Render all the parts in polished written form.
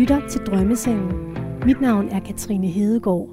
lytter til Drømmesengen. Mit navn er Katrine Hedegaard.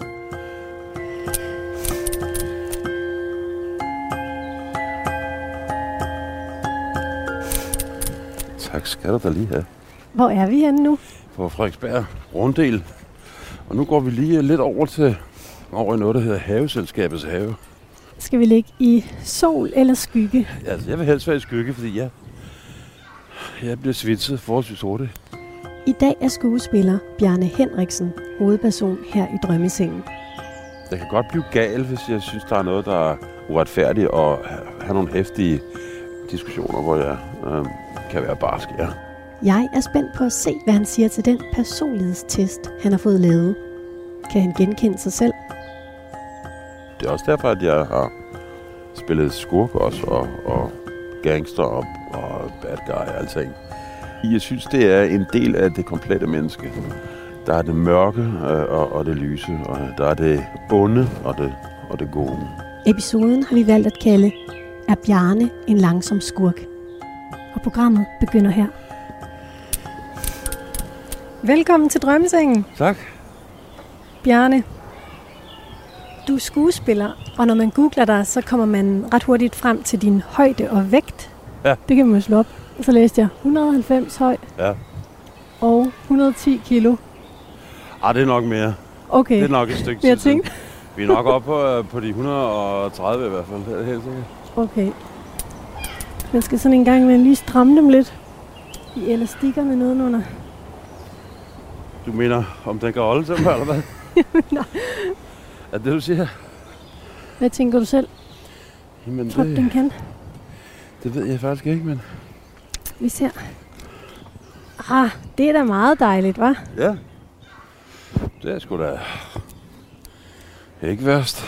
Tak skal du da lige have. Hvor er vi henne nu? På Frederiksberg Runddel. Og nu går vi lige lidt over i noget, der hedder Haveselskabets Have. Skal vi ligge i sol eller skygge? Altså, jeg vil helst være i skygge, fordi jeg bliver svitset forholdsvis hurtigt. I dag er skuespiller Bjarne Henriksen hovedperson her i Drømmesengen. Jeg kan godt blive gal, hvis jeg synes, der er noget, der er uretfærdigt, og have nogle heftige diskussioner, hvor jeg kan være barsk. Ja. Jeg er spændt på at se, hvad han siger til den personlighedstest, han har fået lavet. Kan han genkende sig selv? Det er også derfor, at jeg har spillet skurk også, og gangster og bad guy og alting. Jeg synes, det er en del af det komplette menneske. Der er det mørke og det lyse, og der er det onde og det gode. Episoden har vi valgt at kalde Er Bjarne en langsom skurk? Og programmet begynder her. Velkommen til Drømmesengen. Tak. Bjarne, du er skuespiller, og når man googler dig, så kommer man ret hurtigt frem til din højde og vægt. Ja. Det kan man jo slå op. Så læste jeg 190 høj og 110 kilo. Det er nok mere. Okay. Det er nok et stykke tid. Vi er nok oppe på de 130 i hvert fald. Det er helt sikkert. Okay. Man skal sådan en gang med lige stramme dem lidt i elastikkerne nedenunder. Du mener, om den kan holde til mig, eller hvad? Nej. Er det, du siger? Hvad tænker du selv? Jamen, tror du, den kan? Det ved jeg faktisk ikke, men... Vi ser. Det er da meget dejligt, hva'? Ja. Det er sgu da ikke værst.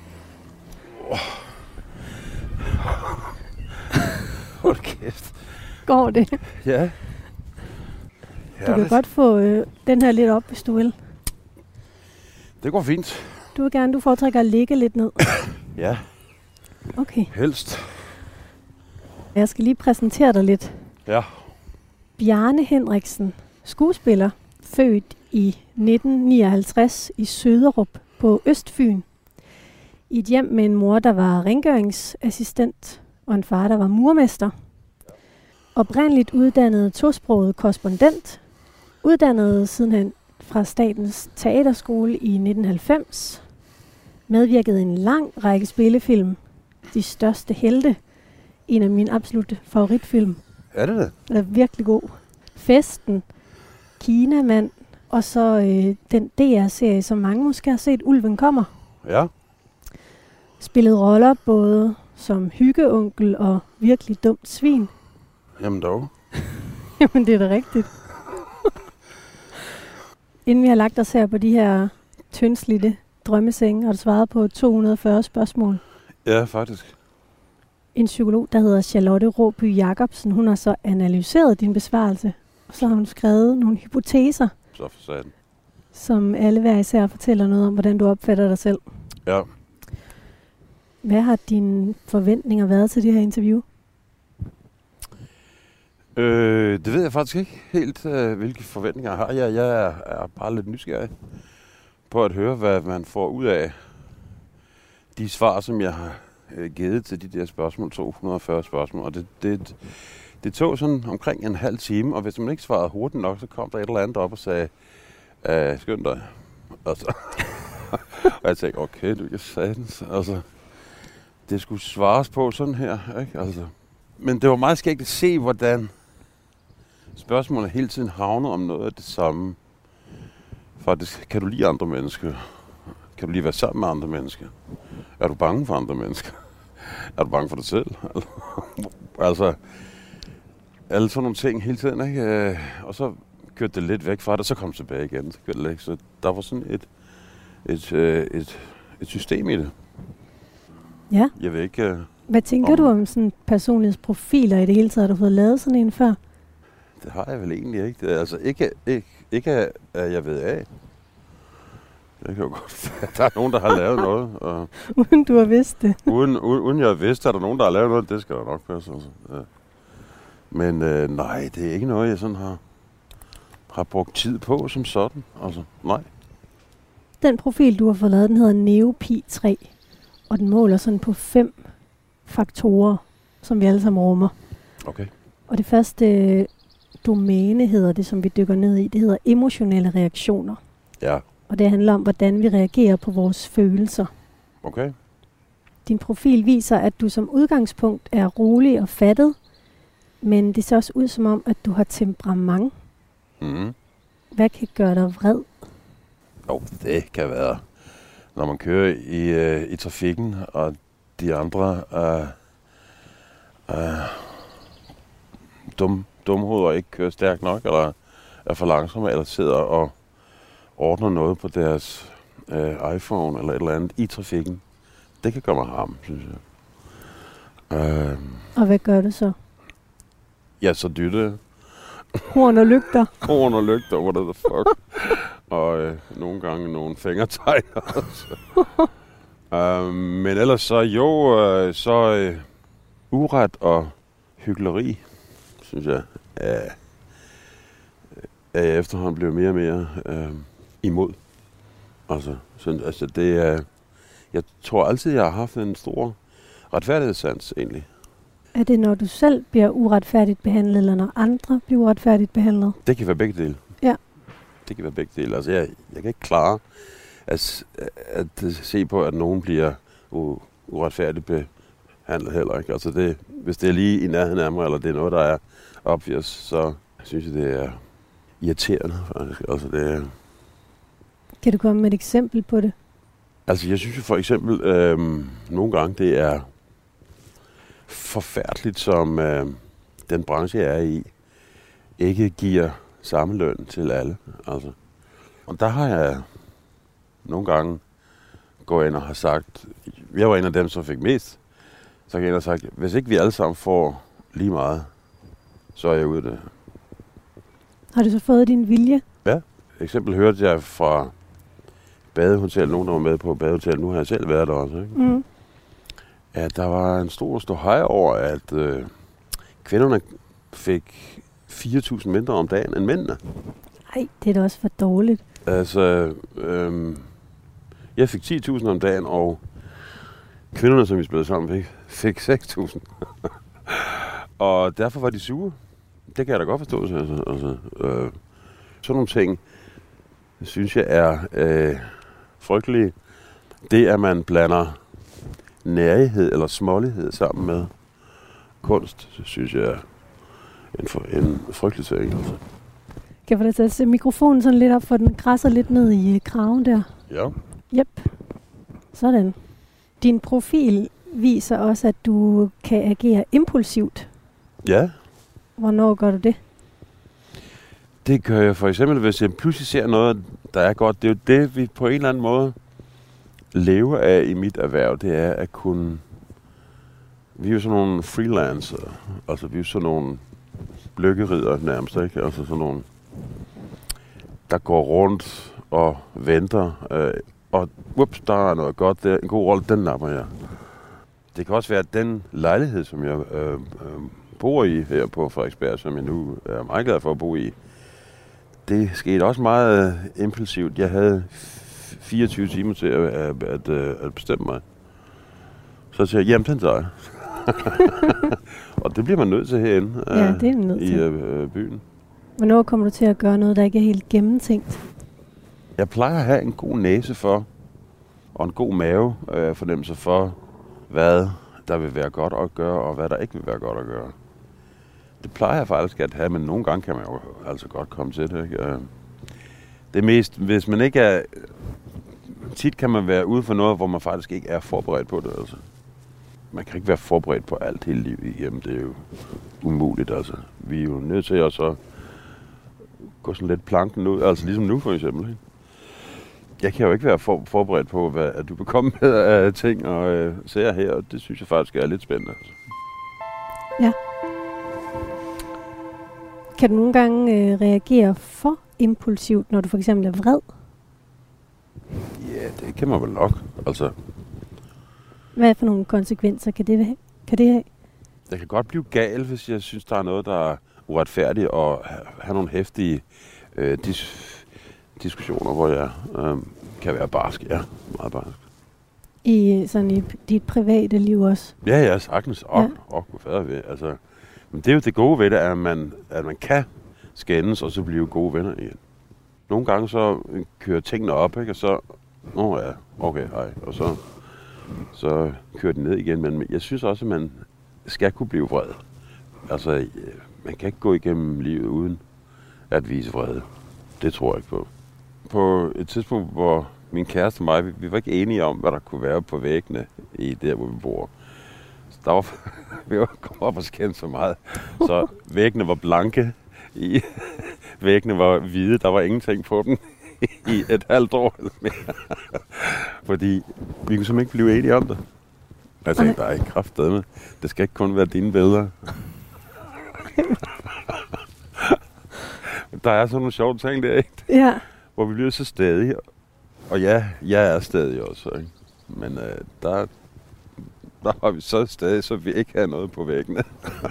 Hold kæft. Går det? Ja. Du kan godt få den her lidt op, hvis du vil. Det går fint. Du foretrækker at ligge lidt ned. Ja. Okay. Helst. Jeg skal lige præsentere dig lidt. Ja. Bjarne Henriksen, skuespiller, født i 1959 i Søderup på Østfyn. I et hjem med en mor, der var rengøringsassistent, og en far, der var murmester. Oprindeligt uddannet tosproget korrespondent. Uddannet sidenhen fra Statens Teaterskole i 1990. Medvirkede i en lang række spillefilm. De største helte. En af mine absolutte favoritfilm. Er det det? Den er virkelig god. Festen, Kinamand, og så den DR-serie, som mange måske har set, Ulven kommer. Ja. Spillede roller både som hyggeonkel og virkelig dumt svin. Jamen dog. Jamen det er da rigtigt. Inden vi har lagt os her på de her tyndslidte drømmesenge, har du svaret på 240 spørgsmål. Ja, faktisk. En psykolog, der hedder Charlotte Råby Jacobsen, hun har så analyseret din besvarelse, og så har hun skrevet nogle hypoteser, Så for satan. som alle hver især fortæller noget om, hvordan du opfatter dig selv. Ja. Hvad har dine forventninger været til det her interview? Det ved jeg faktisk ikke helt, hvilke forventninger jeg har. Jeg er bare lidt nysgerrig på at høre, hvad man får ud af de svar, som jeg har givet til de der spørgsmål, 240 spørgsmål. Og det tog sådan omkring en halv time, og hvis man ikke svarede hurtigt nok, så kom der et eller andet op og sagde, skynd dig. Altså. Og jeg tænkte, okay, du kan satans. Altså, det skulle svares på sådan her, ikke? Altså. Men det var meget skægt at se, hvordan spørgsmålet hele tiden havner om noget af det samme. Faktisk, kan du lide andre mennesker? Kan du lige være sammen med andre mennesker? Er du bange for andre mennesker? Er du bange for dig selv? Altså, alle sådan nogle ting hele tiden, ikke? Og så kørte det lidt væk fra det, så kom det tilbage igen. Så der var sådan et system i det. Ja. Jeg ved ikke... Hvad tænker du om sådan personlighedsprofiler i det hele taget? Har du fået lavet sådan en før? Det har jeg vel egentlig ikke. Det er altså ikke at jeg ved af. Det kan jo godt være, der er nogen, der har lavet noget. Og uden du har vidst det. uden jeg har vidst, at der er nogen, der har lavet noget. Det skal der nok passe. Altså. Ja. Men nej, det er ikke noget, jeg sådan har har brugt tid på som sådan. Altså, nej. Den profil, du har fået lavet, den hedder Neopi 3, og den måler sådan på 5 faktorer, som vi alle sammen rummer. Okay. Og det første domæne hedder det, som vi dykker ned i, det hedder emotionelle reaktioner. Ja. Og det handler om, hvordan vi reagerer på vores følelser. Okay. Din profil viser, at du som udgangspunkt er rolig og fattet, men det ser også ud som om, at du har temperament. Mm. Hvad kan gøre dig vred? Det kan være, når man kører i trafikken, og de andre dumhoveder ikke kører stærkt nok, eller er for langsomme, eller sidder og ordner noget på deres iPhone eller et eller andet i trafikken. Det kan gøre mig harm, synes jeg. Og hvad gør du så? Ja, så dytte. Horn og lygter. Horn og lygter, what the fuck. Og nogle gange nogle fingertegn også. Men ellers så uret og hykleri, synes jeg, er jeg efterhånden blevet mere og mere imod. Altså det er... Jeg tror altid, jeg har haft en stor retfærdighedssans, egentlig. Er det, når du selv bliver uretfærdigt behandlet, eller når andre bliver uretfærdigt behandlet? Det kan være begge dele. Ja. Det kan være begge dele. Altså, jeg kan ikke klare at se på, at nogen bliver uretfærdigt behandlet heller ikke. Altså, hvis det er lige i nærheden af mig, eller det er noget, der er obvious, så synes jeg, det er irriterende, faktisk. Altså, det er... Kan du komme med et eksempel på det? Altså, jeg synes jo for eksempel, nogle gange, det er forfærdeligt, som den branche, jeg er i, ikke giver samme løn til alle. Altså. Og der har jeg nogle gange gået ind og har sagt, jeg var en af dem, som fik mest, så kan jeg ind og sagt, hvis ikke vi alle sammen får lige meget, så er jeg ude af det. Har du så fået din vilje? Ja. Eksempel hørte jeg fra badehotel, nogen der var med på badehotel, nu har jeg selv været der også, ikke? Mm. At der var en stor ståhej over, at kvinderne fik 4.000 mindre om dagen end mændene. Nej, det er da også for dårligt. Altså, jeg fik 10.000 om dagen, og kvinderne, som vi spillede sammen, fik 6.000. Og derfor var de sure. Det kan jeg da godt forstå. Altså, sådan nogle ting, synes jeg er frygtelige. Det, at man blander nærighed eller smålighed sammen med kunst, synes jeg er en frygtelig ting. Altså. Kan jeg få dig til at se mikrofonen sådan lidt op, for den krasser lidt ned i kraven der? Ja. Yep. Sådan. Din profil viser også, at du kan agere impulsivt. Ja. Hvornår gør du det? Det gør jeg for eksempel, hvis jeg pludselig ser noget, der er godt. Det er jo det, vi på en eller anden måde lever af i mit erhverv. Det er at kunne... Vi er jo sådan nogle freelancer. Altså, vi er jo sådan nogle lykkerider nærmest, ikke? Altså sådan nogle, der går rundt og venter. Og der er noget godt der. En god rolle, den napper jeg. Det kan også være, at den lejlighed, som jeg bor i her på Frederiksberg, som jeg nu er meget glad for at bo i, det skete også meget impulsivt. Jeg havde 24 timer til at bestemme mig. Så siger jeg, jamen den tager jeg. Og det bliver man nødt til herinde ja, det er nødt i byen. Hvornår kommer du til at gøre noget, der ikke er helt gennemtænkt? Jeg plejer at have en god næse for, og en god mave fornemmelse for, hvad der vil være godt at gøre, og hvad der ikke vil være godt at gøre. Det plejer jeg faktisk at have, men nogle gange kan man jo altså godt komme til det. Ikke? Det mest, hvis man ikke er... Tit kan man være ude for noget, hvor man faktisk ikke er forberedt på det. Altså. Man kan ikke være forberedt på alt hele livet igennem. Det er jo umuligt. Altså. Vi er jo nødt til at så gå sådan lidt planken ud. Altså ligesom nu for eksempel. Ikke? Jeg kan jo ikke være forberedt på, at du vil komme med af ting og sager her. Og det synes jeg faktisk er lidt spændende. Altså. Ja. Kan du nogle gange reagere for impulsivt, når du for eksempel er vred? Ja, det kan man vel nok. Altså, hvad for nogle konsekvenser kan det have? Jeg kan godt blive gal, hvis jeg synes, der er noget, der er uretfærdigt, og have nogle heftige diskussioner, hvor jeg kan være barsk. Ja, meget barsk. I dit private liv også? Ja, sagtens. Altså, men det er jo det gode ved det, at man kan skændes, og så blive gode venner igen. Nogle gange så kører tingene op, ikke? Og så, hej, og så kører de ned igen. Men jeg synes også, at man skal kunne blive vred. Altså, man kan ikke gå igennem livet uden at vise vrede. Det tror jeg ikke på. På et tidspunkt, hvor min kæreste og mig, vi var ikke enige om, hvad der kunne være på væggene i der, hvor vi bor. Så vi var kommet op og skændt så meget. Så væggene var blanke, væggene var hvide, der var ingenting på dem i et halvt år eller mere. Fordi vi kunne simpelthen ikke blive enige om det. Jeg tænkte, der er ikke kraftedeme. Det skal ikke kun være dine billeder. Der er sådan nogle sjove ting der, ikke? Ja. Hvor vi bliver så stadige. Og ja, jeg er stadig også, ikke? Men der har vi så stadig, så vi ikke har noget på væggene.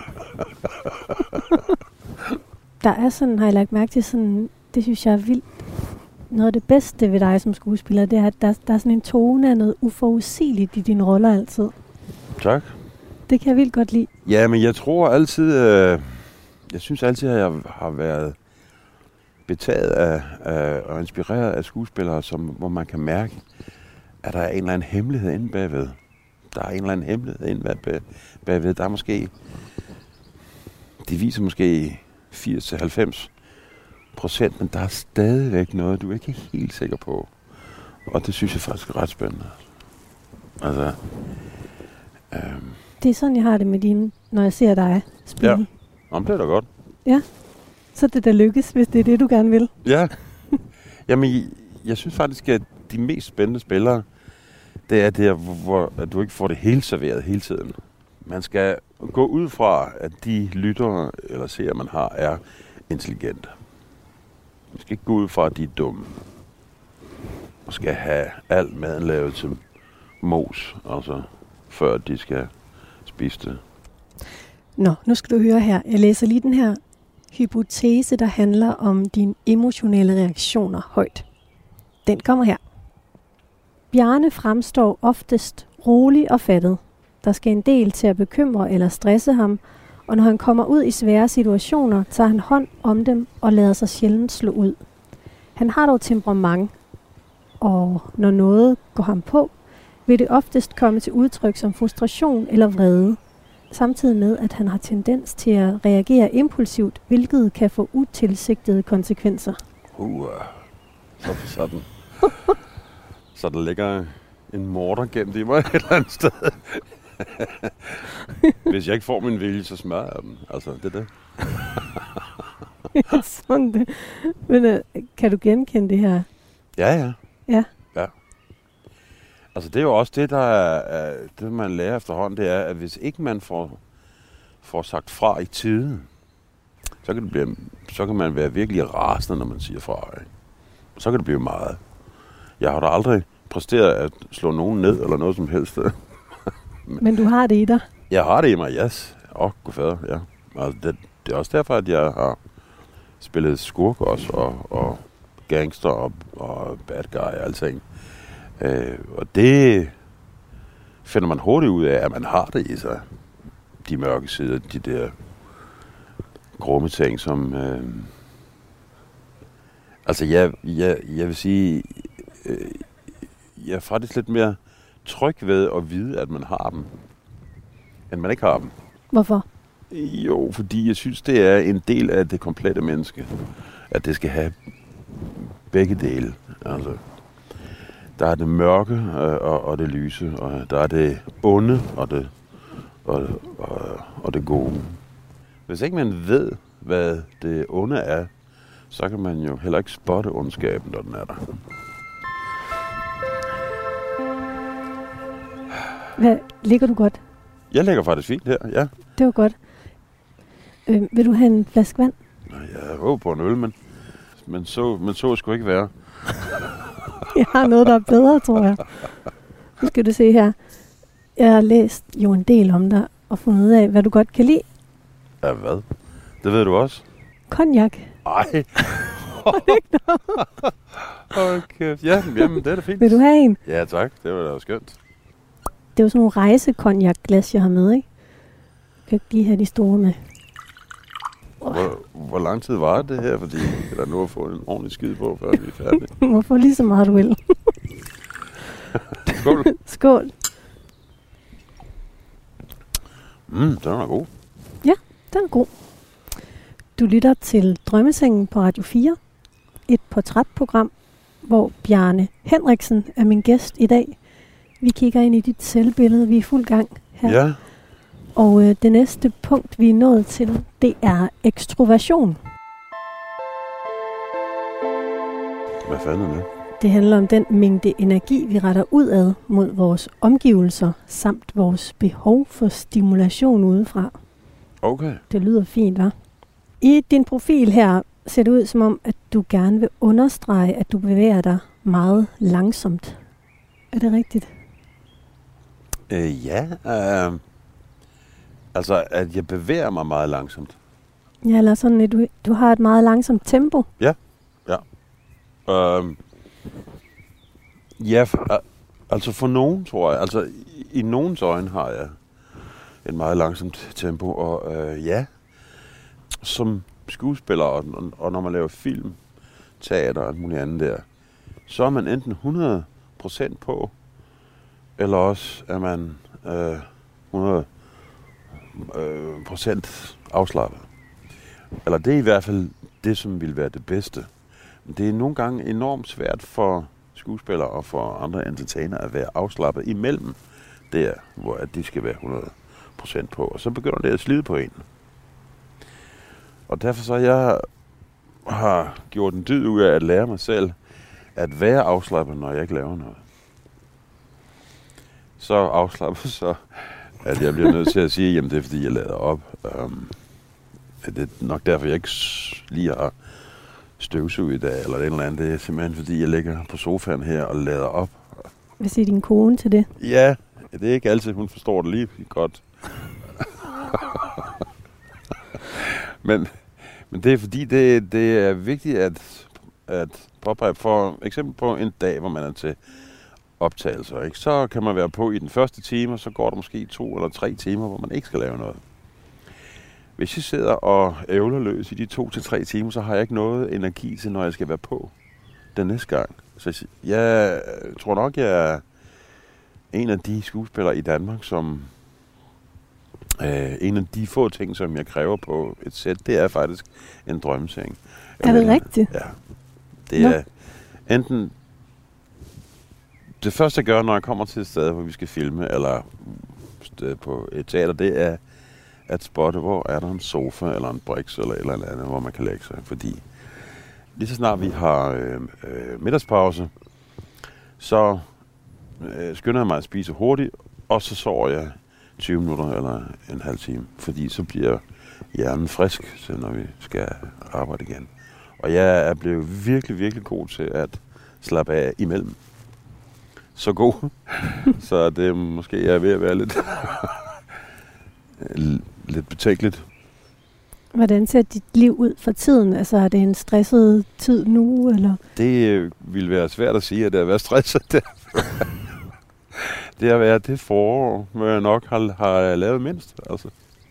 Der er sådan, har jeg lagt mærke til, sådan, det synes jeg er vildt. Noget af det bedste ved dig som skuespiller, det er, at der er sådan en tone af noget uforudsigeligt i dine roller altid. Tak. Det kan jeg vildt godt lide. Ja, men jeg tror altid, jeg synes altid, at jeg har været betaget af og inspireret af skuespillere, hvor man kan mærke, at der er en eller anden hemmelighed inde bagved. Der er en eller anden hemmelighed inde bagved. Der er måske, de viser måske 80-90%, men der er stadigvæk noget, du er ikke helt sikker på. Og det synes jeg faktisk er ret spændende. Altså, det er sådan, jeg har det med dine, når jeg ser dig spille. Ja, jamen, det er da godt. Ja, så det der lykkes, hvis det er det, du gerne vil. Ja, jamen, jeg synes faktisk, at de mest spændende spillere, det er der, hvor at du ikke får det hele serveret hele tiden. Man skal gå ud fra, at de lyttere eller seere, man har, er intelligente. Man skal ikke gå ud fra, at de er dumme. Man skal have alt maden lavet til mos, altså, før de skal spise det. Nå, nu skal du høre her. Jeg læser lige den her hypotese, der handler om dine emotionelle reaktioner højt. Den kommer her. Bjarne fremstår oftest rolig og fattet. Der skal en del til at bekymre eller stresse ham, og når han kommer ud i svære situationer, tager han hånd om dem og lader sig sjældent slå ud. Han har dog temperament, og når noget går ham på, vil det oftest komme til udtryk som frustration eller vrede, samtidig med, at han har tendens til at reagere impulsivt, hvilket kan få utilsigtede konsekvenser. Sådan. Så der ligger en morder gemt i mig et eller andet sted. Hvis jeg ikke får min vilje, så smører jeg den. Altså, det er det. Sådan det. Men kan du genkende det her? Ja. Ja. Altså, det er jo også det, der er det, man lærer efterhånden, det er, at hvis ikke man får sagt fra i tiden, så kan man være virkelig rasende, når man siger fra. Ikke? Så kan det blive meget. Jeg har da aldrig præsteret at slå nogen ned, eller noget som helst. Men du har det i dig? Jeg har det i mig, yes. God fader, ja. Altså, det er også derfor, at jeg har spillet skurk også, og gangster og bad guy og alting. Og det finder man hurtigt ud af, at man har det i sig. De mørke sider, de der grumme ting, som... altså, jeg vil sige... jeg er faktisk lidt mere tryg ved at vide, at man har dem, end man ikke har dem. Hvorfor? Jo, fordi jeg synes, det er en del af det komplette menneske, at det skal have begge dele. Altså, der er det mørke og det lyse, og der er det onde og det gode. Hvis ikke man ved, hvad det onde er, så kan man jo heller ikke spotte ondskaben, når den er der. Ligger du godt? Jeg ligger faktisk fint her, ja. Det var godt. Vil du have en flaske vand? Jeg håber på en øl, men så skulle ikke være. Jeg har noget, der er bedre, tror jeg. Nu skal du se her. Jeg har læst jo en del om dig og fundet ud af, hvad du godt kan lide. Ja, hvad? Det ved du også. Cognac. Ej. Okay. Ja, jamen, det er da fint. Vil du have en? Ja, tak. Det var da skønt. Det er jo sådan nogle rejsekonjakglas, jeg har med, ikke? Jeg kan ikke lige have de store med. Hvor lang tid var det her? Fordi der nu har fået en ordentlig skid på, før vi er færdige. Hvorfor lige så meget du vil? Skål. Skål. Den var god. Ja, den er god. Du lytter til Drømmesengen på Radio 4. Et portrætprogram, hvor Bjarne Henriksen er min gæst i dag. Vi kigger ind i dit selvbillede. Vi er i fuld gang her. Ja. Og det næste punkt, vi er nået til, det er ekstroversion. Hvad fanden er det? Det handler om den mængde energi, vi retter udad mod vores omgivelser, samt vores behov for stimulation udefra. Okay. Det lyder fint, hva'? I din profil her ser det ud som om, at du gerne vil understrege, at du bevæger dig meget langsomt. Er det rigtigt? Ja. Altså, at jeg bevæger mig meget langsomt. Ja, eller sådan, at du har et meget langsomt tempo. Ja. Ja, altså for nogen, tror jeg. Altså, i nogens øjne har jeg et meget langsomt tempo. Og ja, som skuespiller, og når man laver film, teater og alt muligt andet der, så er man enten 100% på, eller også er man 100% afslappet. Eller det er i hvert fald det, som vil være det bedste. Men det er nogle gange enormt svært for skuespillere og for andre entertainer at være afslappet imellem der, hvor at de skal være 100% på. Og så begynder det at slide på en. Og derfor så jeg har gjort en dyd ud af at lære mig selv at være afslappet, når jeg ikke laver noget. Så afslappet så, at jeg bliver nødt til at sige, jamen det er fordi jeg lader op. Det er nok derfor jeg ikke lige har støvsug i dag, eller et eller andet. Det er simpelthen fordi jeg ligger på sofaen her og lader op. Hvad siger din kone til det? Ja, det er ikke altid, hun forstår det lige godt. men det er fordi, det er vigtigt at påpege, for eksempel på en dag, hvor man er til optagelser, ikke? Så kan man være på i den første time, og så går der måske 2 eller 3 timer, hvor man ikke skal lave noget. Hvis jeg sidder og ævler løs i de 2 til 3 timer, så har jeg ikke noget energi til, når jeg skal være på den næste gang. Så jeg tror nok, jeg er en af de skuespillere i Danmark, som en af de få ting, som jeg kræver på et sæt, det er faktisk en drømmeseng. Er det rigtigt? Ja. Det er enten det første, jeg gør, når jeg kommer til et sted, hvor vi skal filme, eller på et teater, det er at spotte, hvor er der en sofa, eller en briks, eller et eller andet, hvor man kan lægge sig. Fordi lige så snart vi har middagspause, så skynder jeg mig at spise hurtigt, og så sover jeg 20 minutter eller en halv time. Fordi så bliver hjernen frisk, så når vi skal arbejde igen. Og jeg er blevet virkelig, virkelig god til at slappe af imellem. Så god. Så det måske er ved at være lidt betænkeligt. Hvordan ser dit liv ud for tiden? Altså, er det en stresset tid nu, eller? Det ville være svært at sige, at det er at være stresset. Det har været det forår, hvor jeg nok har lavet mindst. Altså,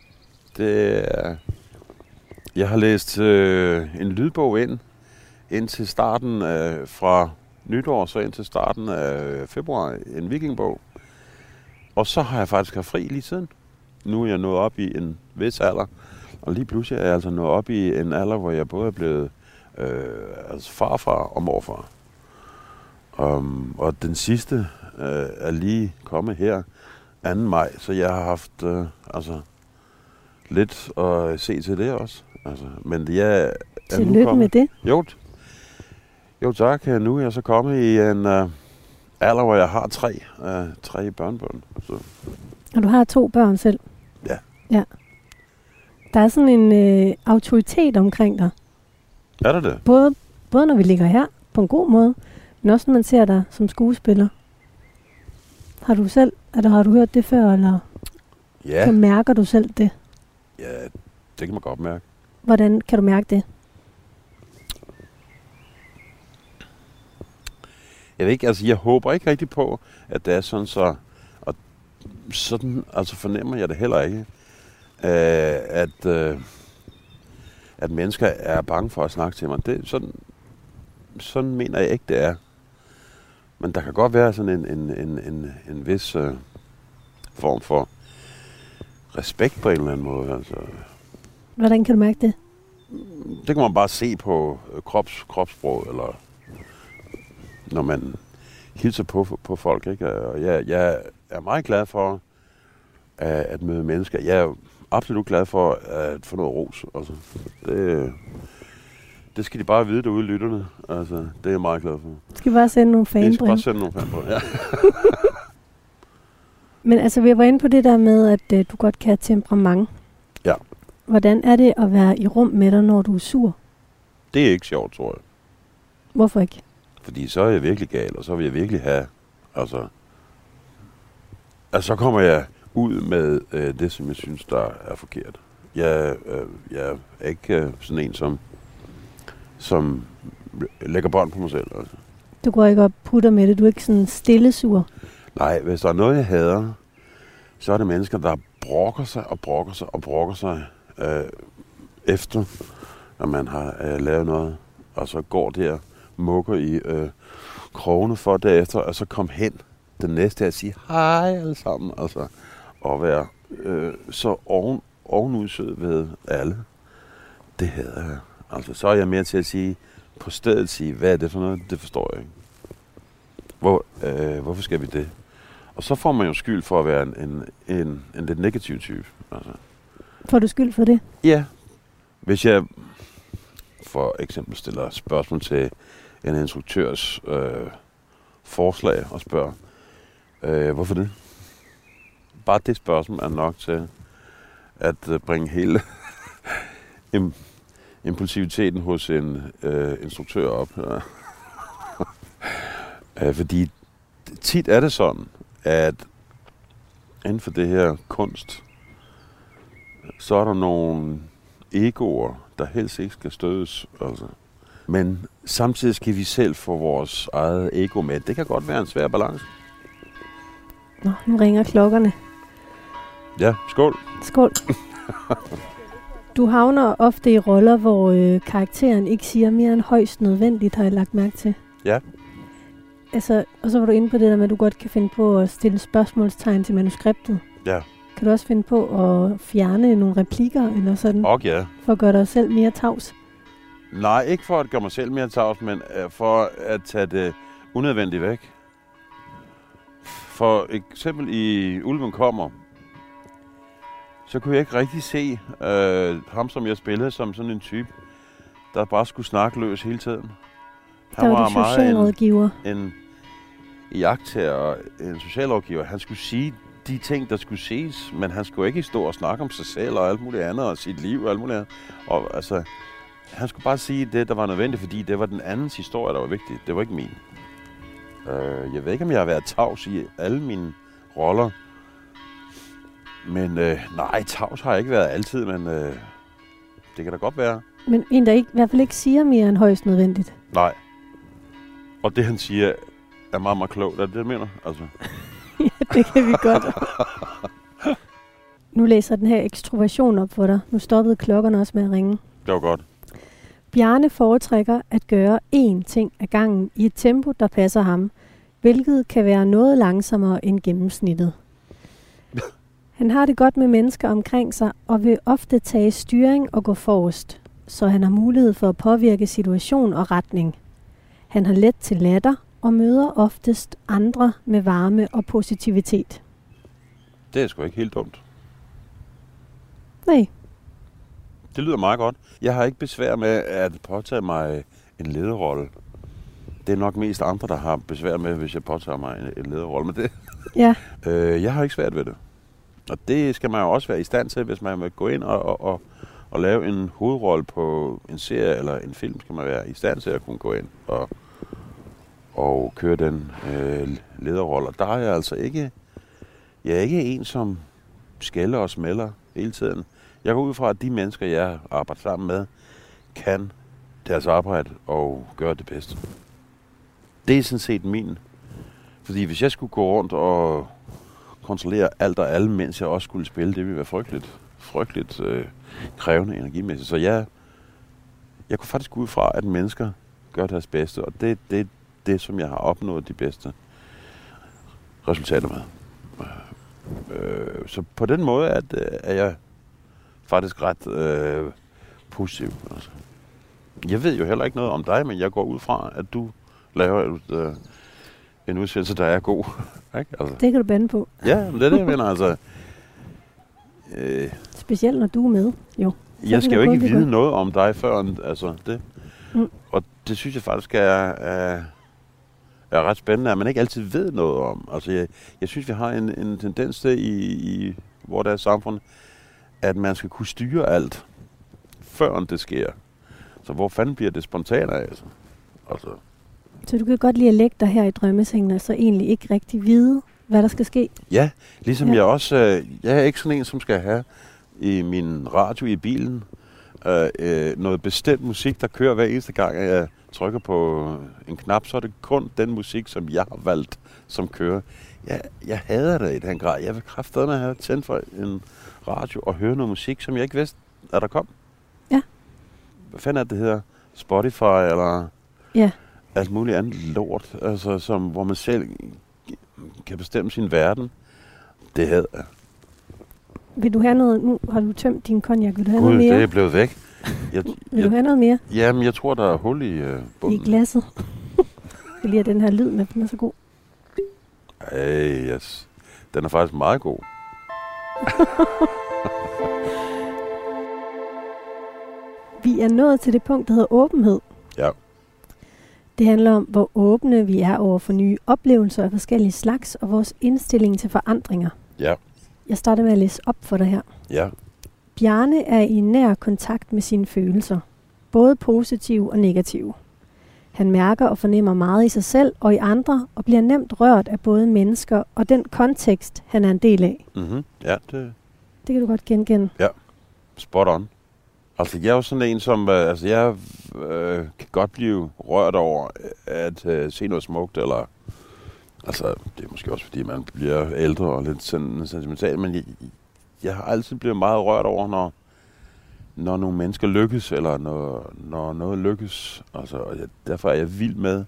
jeg har læst en lydbog ind til starten fra nytår, så ind til starten af februar, en vikingbog. Og så har jeg faktisk haft fri lige siden. Nu er jeg nået op i en vis alder, og lige pludselig er jeg altså nået op i en alder, hvor jeg både er blevet farfar og morfar. Og den sidste er lige kommet her 2. maj, så jeg har haft lidt at se til det også. Altså, men jeg er tillykke med det. Jo tak. Nu er jeg så kommet i en alder, hvor jeg har 3 børnebørn. Så. Og du har 2 børn selv? Ja. Der er sådan en autoritet omkring dig. Er det det? Både når vi ligger her, på en god måde, men også når man ser dig som skuespiller. Har du hørt det før, eller Ja. mærker du selv det? Ja, det kan man godt mærke. Hvordan kan du mærke det? Jeg ved ikke, altså jeg håber ikke rigtig på, at det er sådan så, og sådan altså fornemmer jeg det heller ikke, at mennesker er bange for at snakke til mig. Det, sådan mener jeg ikke, det er. Men der kan godt være sådan en vis form for respekt på en eller anden måde. Altså. Hvordan kan du mærke det? Det kan man bare se på kropssprog, eller når man hilser på folk. Ikke? Og jeg er meget glad for at møde mennesker. Jeg er absolut glad for at få noget ros. Altså, det skal de bare vide derude, lytterne. Altså, det er jeg meget glad for. Skal bare sende nogle fanbreve? Jeg skal bare sende nogle fanbreve, ja. Men altså, vi var inde på det der med, at du godt kan have temperament. Ja. Hvordan er det at være i rum med dig, når du er sur? Det er ikke sjovt, tror jeg. Hvorfor ikke? Fordi så er jeg virkelig gal, og så vil jeg virkelig have... Altså så kommer jeg ud med det, som jeg synes, der er forkert. Jeg er ikke sådan en, som lægger bånd på mig selv. Altså. Du går ikke op og putter med det? Du er ikke sådan stille sur? Nej, hvis der er noget, jeg hader, så er det mennesker, der brokker sig efter, når man har lavet noget, og så går der mukker i krogene for derefter, og så kom hen den næste og sige hej alle sammen, altså, og være så ovenud sød ved alle. Det hader jeg. Altså, så er jeg mere til at sige, på stedet sige, hvad er det for noget? Det forstår jeg ikke. Hvorfor skal vi det? Og så får man jo skyld for at være en lidt negativ type. Altså. Får du skyld for det? Ja. Hvis jeg for eksempel stiller spørgsmål til en instruktørs forslag og spørger, hvorfor det? Bare det spørgsmål er nok til at bringe hele impulsiviteten hos en instruktør op. Fordi tit er det sådan, at inden for det her kunst, så er der nogle egoer, der helst ikke skal stødes. Altså. Men samtidig skal vi selv få vores eget ego med. Det kan godt være en svær balance. Nå, nu ringer klokkerne. Ja, skål. Skål. Du havner ofte i roller, hvor karakteren ikke siger mere end højst nødvendigt, har jeg lagt mærke til. Ja. Altså, og så var du inde på det der med, at du godt kan finde på at stille spørgsmålstegn til manuskriptet. Ja. Kan du også finde på at fjerne nogle replikker eller sådan? Ja. For at gøre dig selv mere tavs? Nej, ikke for at gøre mig selv mere tavs, men for at tage det unødvendigt væk. For eksempel i Ulven kommer, så kunne jeg ikke rigtig se ham, som jeg spillede, som sådan en type, der bare skulle snakke løs hele tiden. Han var socialrådgiver. En iagttager og en socialrådgiver. Han skulle sige de ting, der skulle siges, men han skulle ikke stå og snakke om sig selv og alt muligt andet, og sit liv og alt muligt andet. Og altså, han skulle bare sige det, der var nødvendigt, fordi det var den andens historie, der var vigtig. Det var ikke min. Jeg ved ikke, om jeg har været tavs i alle mine roller. Men nej, tavs har jeg ikke været altid, men det kan da godt være. Men en, der i hvert fald ikke siger mere end højst nødvendigt. Nej. Og det, han siger, er meget, meget klogt. Er det det, du mener? Altså. Ja, det kan vi godt. Nu læser den her ekstroversion op for dig. Nu stoppede klokkerne også med at ringe. Det var godt. Bjarne foretrækker at gøre én ting ad gangen i et tempo, der passer ham, hvilket kan være noget langsommere end gennemsnittet. Han har det godt med mennesker omkring sig og vil ofte tage styring og gå forrest, så han har mulighed for at påvirke situation og retning. Han har let til latter og møder oftest andre med varme og positivitet. Det er sgu ikke helt dumt. Nej. Det lyder meget godt. Jeg har ikke besvær med at påtage mig en lederrolle. Det er nok mest andre, der har besvær med, hvis jeg påtager mig en lederrolle med det. Ja. Jeg har ikke svært ved det. Og det skal man jo også være i stand til, hvis man vil gå ind og lave en hovedrolle på en serie eller en film, skal man være i stand til at kunne gå ind og køre den lederrolle. Og der er jeg altså ikke... Jeg er ikke en, som skælder og smælder hele tiden. Jeg går ud fra, at de mennesker, jeg arbejder sammen med, kan deres arbejde og gøre det bedste. Det er sådan set min. Fordi hvis jeg skulle gå rundt og kontrollere alt og alle, mens jeg også skulle spille, det ville være frygteligt krævende energimæssigt. Så jeg kunne faktisk gå ud fra, at mennesker gør deres bedste, og det er det, som jeg har opnået de bedste resultater med. Så på den måde er jeg faktisk ret positiv. Altså. Jeg ved jo heller ikke noget om dig, men jeg går ud fra, at du laver en udsendelse, der er god. Ikke? Altså. Det kan du bande på. Ja, men det er det, jeg mener. Altså, specielt når du er med, jo. Jeg skal jo ikke vide noget om dig før, altså det. Og det synes jeg faktisk er ret spændende, at man ikke altid ved noget om. Altså jeg synes, vi har en tendens til i vores samfund, at man skal kunne styre alt, før det sker. Så hvor fanden bliver det spontant af? Altså. Så du kan godt lide at lægge dig her i drømmesengen, og så egentlig ikke rigtig vide, hvad der skal ske? Ja, ligesom jeg også... jeg er ikke sådan en, som skal have i min radio i bilen noget bestemt musik, der kører hver eneste gang, at jeg trykker på en knap, så er det kun den musik, som jeg har valgt, som kører. Jeg hader det i den grad. Jeg vil kraftedeme have tændt for en radio og høre noget musik, som jeg ikke vidste, at der kom. Ja. Hvad fanden er det hedder? Spotify eller alt muligt andet lort, altså, hvor man selv kan bestemme sin verden. Det hader jeg. Vil du have noget? Nu har du tømt din cognac. Vil du have noget mere? Det er blevet væk. Vil du have noget mere? Jamen, jeg tror, der er hul i bunden. I glasset. Jeg lige have den her lyd med, den er så god. Yes. Den er faktisk meget god. Vi er nået til det punkt, der hedder åbenhed. Ja. Det handler om, hvor åbne vi er over for nye oplevelser af forskellige slags, og vores indstilling til forandringer. Ja. Jeg starter med at læse op for dig her. Ja. Bjarne er i nær kontakt med sine følelser, både positive og negative. Han mærker og fornemmer meget i sig selv og i andre, og bliver nemt rørt af både mennesker og den kontekst, han er en del af. Mm-hmm. Ja, det kan du godt genkende. Ja, spot on. Altså, jeg er jo sådan en, som... jeg kan godt blive rørt over at se noget smukt, eller... Altså, det er måske også, fordi man bliver ældre og lidt sentimental, men jeg har altid blevet meget rørt over, når nogle mennesker lykkes, eller når noget lykkes. Altså, derfor er jeg vild med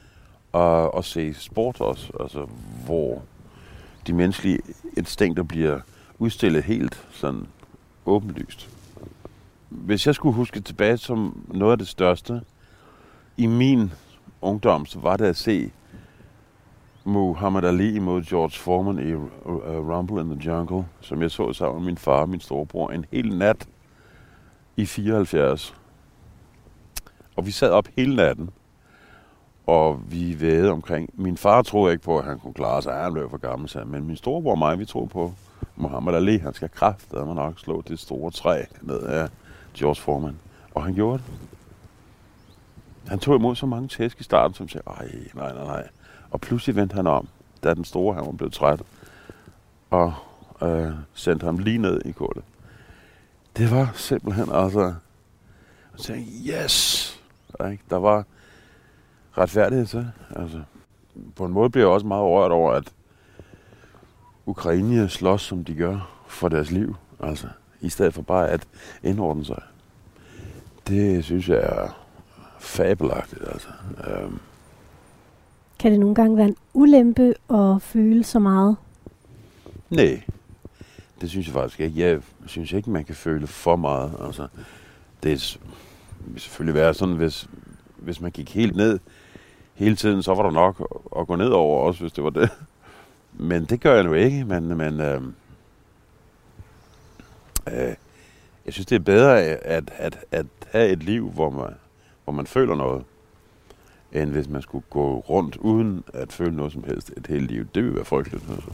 at se sport også, altså, hvor de menneskelige instinkter bliver udstillet helt sådan åbenlyst. Hvis jeg skulle huske tilbage som noget af det største i min ungdom, så var det at se Muhammad Ali mod George Foreman i Rumble in the Jungle, som jeg så sammen med min far og min storebror en hel nat i 74. Og vi sad op hele natten, og vi vædede omkring. Min far troede ikke på, at han kunne klare sig, han blev for gammel, men min storebror og mig, vi troede på Muhammad Ali. Han skal kraftedeme nok slå det store træ ned af George Foreman. Og han gjorde det. Han tog imod så mange tæsk i starten, som sagde, nej. Og pludselig vendte han om, da den store, han var blevet træt, og sendte ham lige ned i kullet. Det var simpelthen altså... Jeg tænkte, yes! Der var retfærdighed til. Altså, på en måde blev jeg også meget rørt over, at Ukraine slås, som de gør, for deres liv. Altså, i stedet for bare at indordne sig. Det synes jeg er fabelagtigt. Altså. Kan det nogle gange være en ulempe at føle så meget? Nej, det synes jeg faktisk ikke. Jeg synes ikke, man kan føle for meget. Altså, det vil selvfølgelig være sådan, hvis man gik helt ned hele tiden, så var der nok at gå ned over også, hvis det var det. Men det gør jeg nu ikke. Men jeg synes, det er bedre at have et liv, hvor man føler noget, end hvis man skulle gå rundt uden at føle noget som helst et helt liv. Det vil være frygteligt. Altså.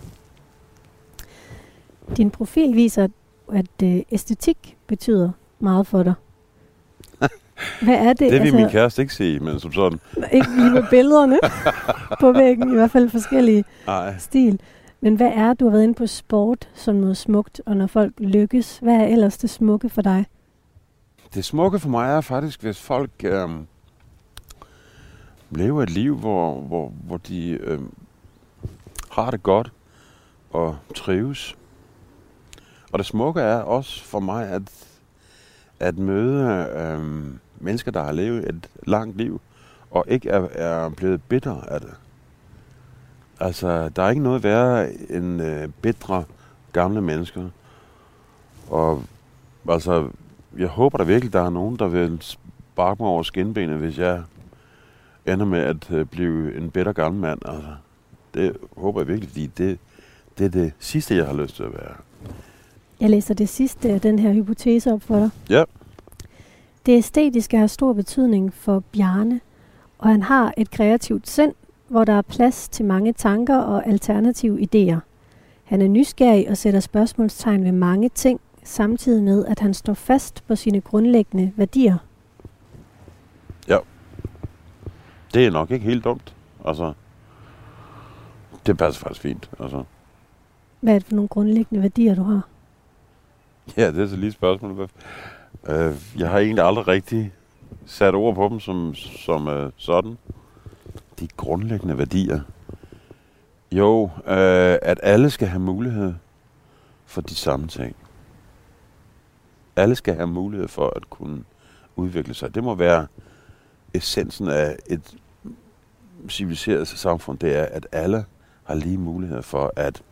Din profil viser, at æstetik betyder meget for dig. Hvad er det? Det vil min kæreste ikke se, men som sådan. Ikke lige med billederne på væggen, i hvert fald forskellige stil. Men hvad er, du har været inde på sport som noget smukt, og når folk lykkes, hvad er ellers det smukke for dig? Det smukke for mig er faktisk, hvis folk lever et liv, hvor de har det godt og trives. Og det smukke er også for mig at møde mennesker, der har levet et langt liv, og ikke er blevet bitter af det. Altså, der er ikke noget værre end bitre gamle mennesker. Og altså, jeg håber da virkelig, der er nogen, der vil sparke mig over skinbenet, hvis jeg ender med at blive en bitter gammel mand. Altså, det håber jeg virkelig, fordi det er det sidste, jeg har lyst til at være. Jeg læser det sidste af den her hypotese op for dig. Ja. Det æstetiske har stor betydning for Bjarne, og han har et kreativt sind, hvor der er plads til mange tanker og alternative idéer. Han er nysgerrig og sætter spørgsmålstegn ved mange ting, samtidig med, at han står fast på sine grundlæggende værdier. Ja. Det er nok ikke helt dumt. Altså, det passer faktisk fint. Altså. Hvad er det for nogle grundlæggende værdier, du har? Ja, det er så lige et spørgsmål. Jeg har egentlig aldrig rigtig sat ord på dem som sådan. De grundlæggende værdier. Jo, at alle skal have mulighed for de samme ting. Alle skal have mulighed for at kunne udvikle sig. Det må være essensen af et civiliseret samfund. Det er, at alle har lige muligheder for at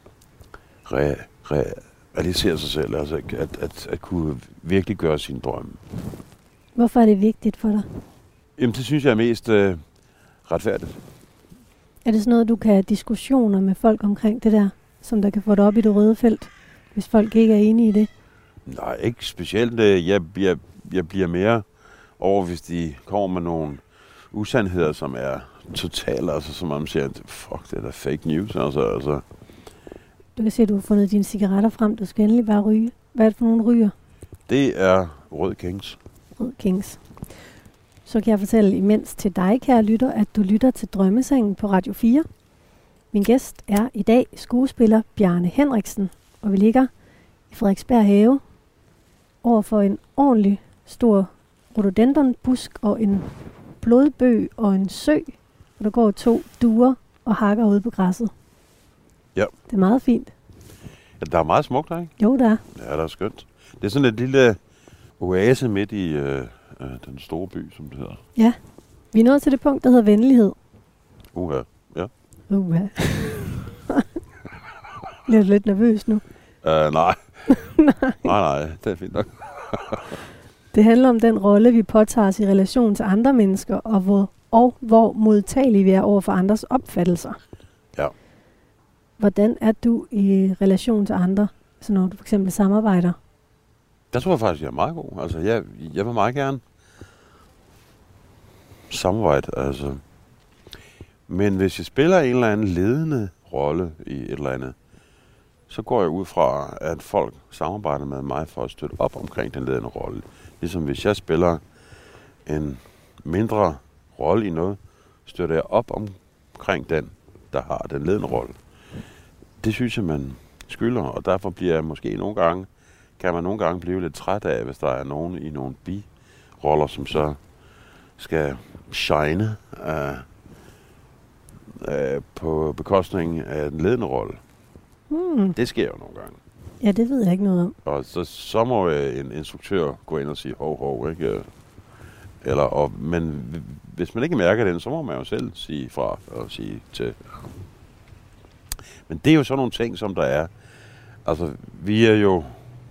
realisere sig selv. Altså at kunne virkelig gøre sine drømme. Hvorfor er det vigtigt for dig? Jamen, det synes jeg er mest retfærdigt. Er det sådan noget, du kan have diskussioner med folk omkring det der, som der kan få dig op i det røde felt, hvis folk ikke er enige i det? Nej, ikke specielt. Jeg bliver mere over, hvis de kommer med nogle usandheder, som er totalt, altså som man siger, fuck, det er da fake news. Altså. Du kan se, at du har fundet dine cigaretter frem. Du skal endelig bare ryge. Hvad er det for nogle ryger? Det er Rød Kings. Rød Kings. Så kan jeg fortælle imens til dig, kære lytter, at du lytter til Drømmesengen på Radio 4. Min gæst er i dag skuespiller Bjarne Henriksen, og vi ligger i Frederiksberg Have over for en ordentlig stor rhododendronbusk og en blodbøg og en sø, og der går 2 duer og hakker ude på græsset. Ja. Det er meget fint. Ja, der er meget smukt der, ikke? Jo, der er. Ja, der er skønt. Det er sådan et lille oase midt i den store by, som det hedder. Ja. Vi er nået til det punkt, der hedder venlighed. Ja. Bliver du lidt nervøs nu? Nej. nej, det er fint nok. Det handler om den rolle, vi påtager os i relation til andre mennesker, og hvor modtagelige vi er over for andres opfattelser. Ja. Hvordan er du i relation til andre, så når du for eksempel samarbejder? Der tror jeg faktisk, jeg er meget god. Altså, jeg vil meget gerne samarbejde. Altså. Men hvis jeg spiller en eller anden ledende rolle i et eller andet, så går jeg ud fra, at folk samarbejder med mig for at støtte op omkring den ledende rolle. Ligesom hvis jeg spiller en mindre rolle i noget, støtter jeg op omkring den, der har den ledende rolle. Det synes jeg, man skylder, og derfor bliver jeg måske kan man nogle gange blive lidt træt af, hvis der er nogen i nogle biroller, som så skal shine på bekostning af den ledende rolle. Det sker jo nogle gange. Ja, det ved jeg ikke noget om. Og så må en instruktør gå ind og sige hov, ikke? Men hvis man ikke mærker den, så må man jo selv sige fra og sige til. Men det er jo sådan nogle ting, som der er. Altså, vi er jo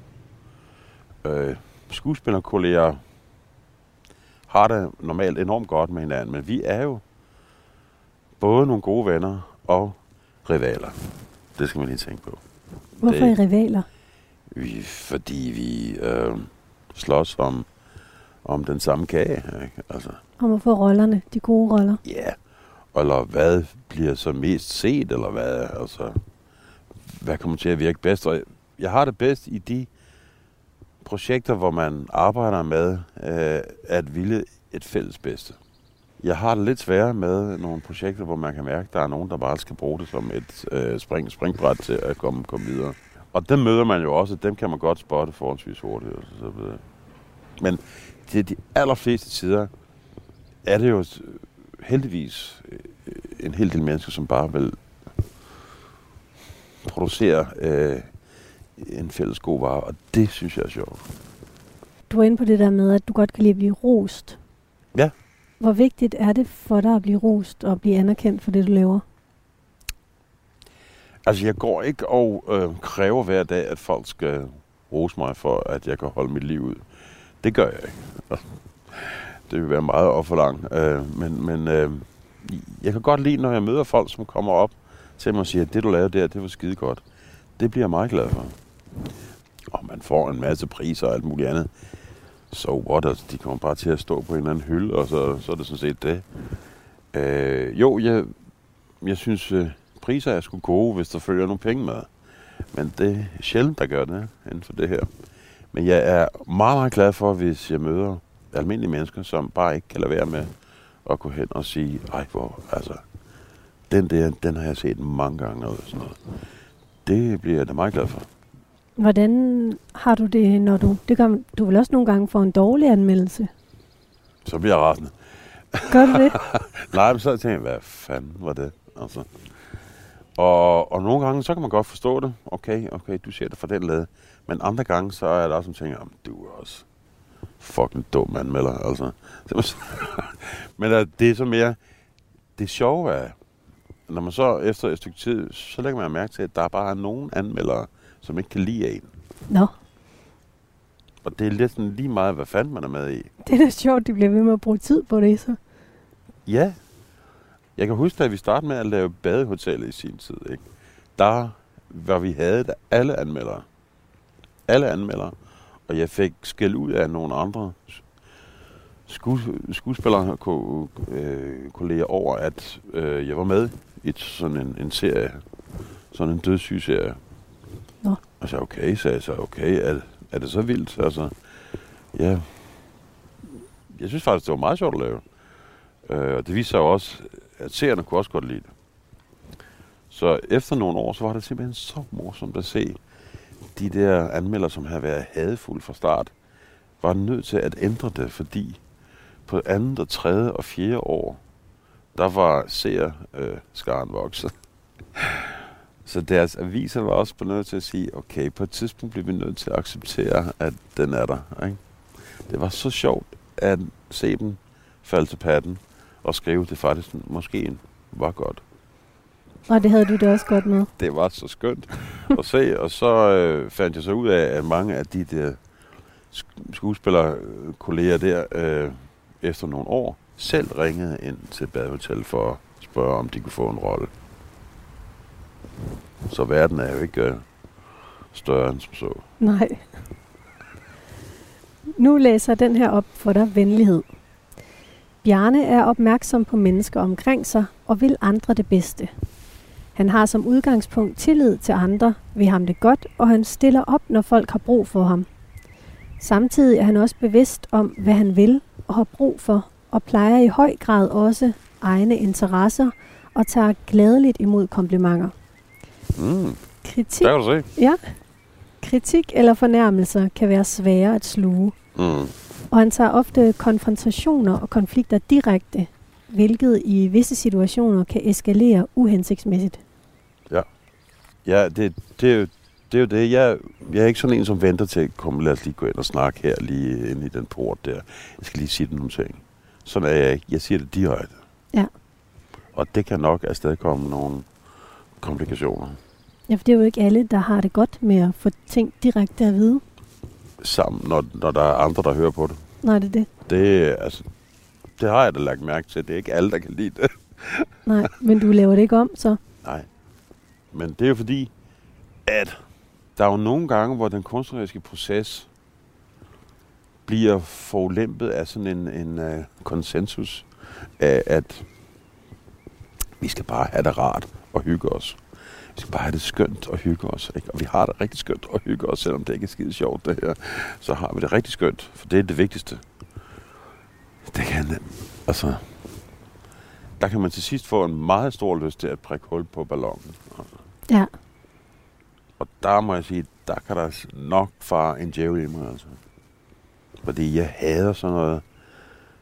skuespillerkolleger, har det normalt enormt godt med hinanden, men vi er jo både nogle gode venner og rivaler. Det skal man lige tænke på. Hvorfor er I rivaler? Fordi vi slås om den samme kage. Ikke? Altså. Om at få rollerne, de gode roller. Ja, yeah. Eller hvad bliver så mest set, eller hvad, altså, hvad kommer til at virke bedst. Og jeg har det bedst i de projekter, hvor man arbejder med at ville et fælles bedste. Jeg har det lidt sværere med nogle projekter, hvor man kan mærke, at der er nogen, der bare skal bruge det som et springbræt til at komme videre. Og dem møder man jo også, dem kan man godt spotte forholdsvis hurtigt. Og så videre. Men til de allerfleste tider er det jo heldigvis en hel del mennesker, som bare vil producere en fælles god vare, og det synes jeg er sjovt. Du er inde på det der med, at du godt kan lide at blive rost. Ja. Hvor vigtigt er det for dig at blive rost og blive anerkendt for det, du laver? Altså, jeg går ikke og kræver hver dag, at folk skal rose mig for, at jeg kan holde mit liv ud. Det gør jeg ikke. Det vil være meget offerlang. Men jeg kan godt lide, når jeg møder folk, som kommer op til mig og siger, at det, du lavede der, det var skide godt. Det bliver jeg meget glad for. Og man får en masse priser og alt muligt andet. So what? Altså, de kommer bare til at stå på en eller anden hylde, og så er det sådan set det. Jeg synes, priser er sgu gode, hvis der følger nogle penge med. Men det er sjældent, der gør det inden for det her. Men jeg er meget, meget glad for, hvis jeg møder almindelige mennesker, som bare ikke kan lade være med at gå hen og sige, ej, den har jeg set mange gange, og sådan noget. Det bliver jeg da meget glad for. Hvordan har du det, når du vil også nogle gange få en dårlig anmeldelse? Så bliver jeg rasende. Gør du det? Nej, men så tænker jeg, hvad fanden var det? Altså. Og nogle gange, så kan man godt forstå det. Okay, du ser det fra den lade. Men andre gange, så er der også som tænker, du er også fucking dum anmelder. Altså. Men det er så mere, det sjove er, når man så efter et stykke tid, så lægger man mærke til, at der bare er nogen anmeldere, som ikke kan lide en. Nå. Og det er lidt sådan lige meget, hvad fanden man er med i. Det er da sjovt, de bliver ved med at bruge tid på det, så. Ja. Jeg kan huske, da vi startede med at lave badehotellet i sin tid, ikke? Der var vi havde der alle anmeldere. Alle anmeldere. Og jeg fik skæld ud af nogle andre skuespillere kolleger over, at jeg var med i sådan en serie. Sådan en dødssyg serie. Nå. Og så okay, sagde jeg så, okay, er det så vildt? Altså, ja. Jeg synes faktisk, det var meget sjovt at lave. Og det viste sig jo også, at seerne kunne også godt lide det. Så efter nogle år, så var det simpelthen så morsomt at se de der anmeldere, som havde været hadefulde fra start, var nødt til at ændre det, fordi på andet og tredje og fjerde år, der var seerskaren vokset. Så deres aviser var også nødt til at sige, okay, på et tidspunkt bliver vi nødt til at acceptere, at den er der. Ikke? Det var så sjovt at se dem falde til patten og skrive, det faktisk måske var godt. Og det havde du da også godt med. Det var så skønt at se, og så fandt jeg så ud af, at mange af de der skuespillerkolleger der, efter nogle år, selv ringede ind til Badehotel for at spørge, om de kunne få en rolle. Så verden er jo ikke større end som så. Nej. Nu læser den her op for dig venlighed. Bjarne er opmærksom på mennesker omkring sig og vil andre det bedste. Han har som udgangspunkt tillid til andre, vil ham det godt, og han stiller op, når folk har brug for ham. Samtidig er han også bevidst om, hvad han vil og har brug for, og plejer i høj grad også egne interesser og tager gladeligt imod komplimenter. Kritik, der kan du se. Ja. Kritik eller fornærmelser kan være svære at sluge. Og han tager ofte konfrontationer og konflikter direkte, hvilket i visse situationer kan eskalere uhensigtsmæssigt. Ja, det er jo det. Jeg er ikke sådan en, som venter til at komme. Lad os lige gå ind og snakke her, lige inde i den port der. Jeg skal lige sige nogle ting. Sådan er jeg ikke. Jeg siger det direkte. Ja. Og det kan nok afstedkomme nogle komplikationer. Ja, for det er jo ikke alle, der har det godt med at få ting direkte at vide. Sammen, når der er andre, der hører på det. Nej, det er det. Det har jeg da lagt mærke til. Det er ikke alle, der kan lide det. Nej, men du laver det ikke om, så? Nej. Men det er jo fordi, at der er jo nogle gange, hvor den kunstneriske proces bliver forulempet af sådan en konsensus af, at vi skal bare have det rart og hygge os. Vi skal bare have det skønt og hygge os. Ikke? Og vi har det rigtig skønt og hygge os, selvom det ikke er skide sjovt det her. Så har vi det rigtig skønt, for det er det vigtigste. Det kan, altså, der kan man til sidst få en meget stor lyst til at prikke hul på ballonen. Altså. Ja. Og der må jeg sige, der kan der nok fare en djævel i mig, altså. Fordi jeg hader sådan noget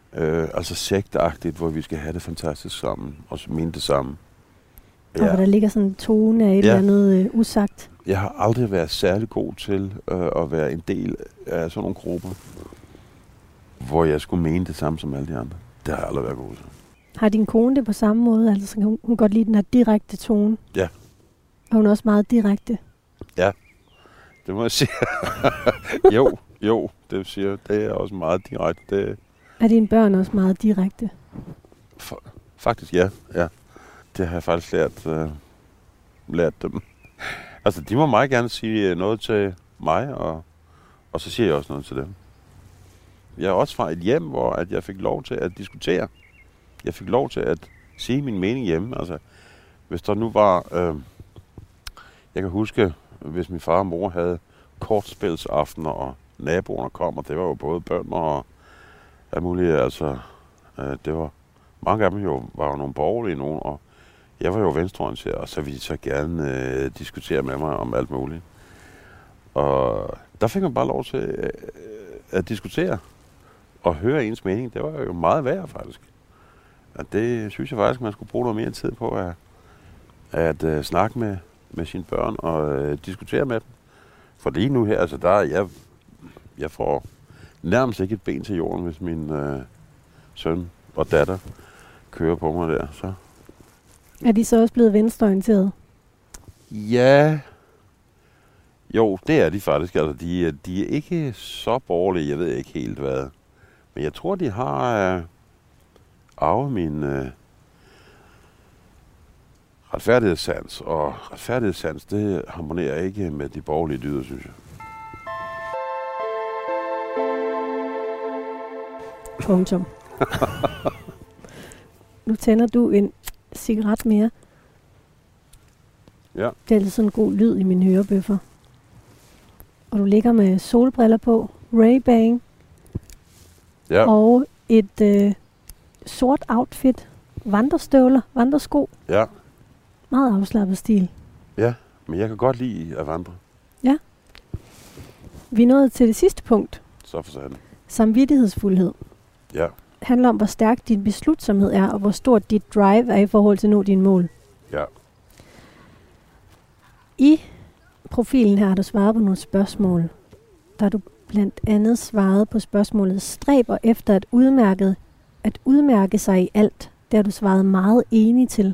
Altså sektagtigt, hvor vi skal have det fantastisk sammen, og mene det samme. Og hvor der ligger sådan en tone af et eller andet usagt. Jeg har aldrig været særlig god til at være en del af sådan nogle grupper, hvor jeg skulle mene det samme som alle de andre. Det har jeg aldrig været god til. Har din kone det på samme måde? Altså, hun kan godt lide den her direkte tone? Ja. Og hun er også meget direkte? Ja, det må jeg sige. jo, det siger jeg. Det er også meget direkte. Er dine børn også meget direkte? Faktisk ja. Det har jeg faktisk lært dem. Altså, de må meget gerne sige noget til mig, og så siger jeg også noget til dem. Jeg er også fra et hjem, hvor at jeg fik lov til at diskutere. Jeg fik lov til at sige min mening hjemme. Altså, hvis der nu var... jeg kan huske, hvis min far og mor havde kortspilsaftener, og naboerne kom, og det var jo både børn og alt muligt. Altså, det var... Mange af dem var jo nogle borgerlige nogen, og jeg var jo venstreorienteret, og så ville de så gerne diskutere med mig om alt muligt. Og der fik man bare lov til at diskutere og høre ens mening. Det var jo meget værd, faktisk. Og det synes jeg faktisk, man skulle bruge noget mere tid på at snakke med sine børn og diskutere med dem. For lige nu her, altså jeg får nærmest ikke et ben til jorden, hvis min søn og datter kører på mig der. Så. Er de så også blevet venstreorienteret? Ja, jo, det er de faktisk. Altså, de er ikke så borgerlige, jeg ved ikke helt hvad. Men jeg tror, de har arvet min retfærdighedssans. Og retfærdighedssans, det harmonerer ikke med de borgerlige dyder, synes jeg. Punktum. Nu tænder du en cigaret mere. Ja. Det er lidt sådan en god lyd i mine hørebøffer. Og du ligger med solbriller på, Ray-Ban, og et sort outfit, vandrestøvler, vandresko. Ja. Meget afslappet stil. Ja, men jeg kan godt lide at vandre. Ja. Vi er nået til det sidste punkt. Så for sådan. Samvittighedsfuldhed. Ja. Handler om, hvor stærk din beslutsomhed er, og hvor stort dit drive er i forhold til at nå dine mål. Ja. I profilen her har du svaret på nogle spørgsmål. Der har du blandt andet svaret på spørgsmålet stræber efter at udmærke sig i alt. Det har du svaret meget enig til.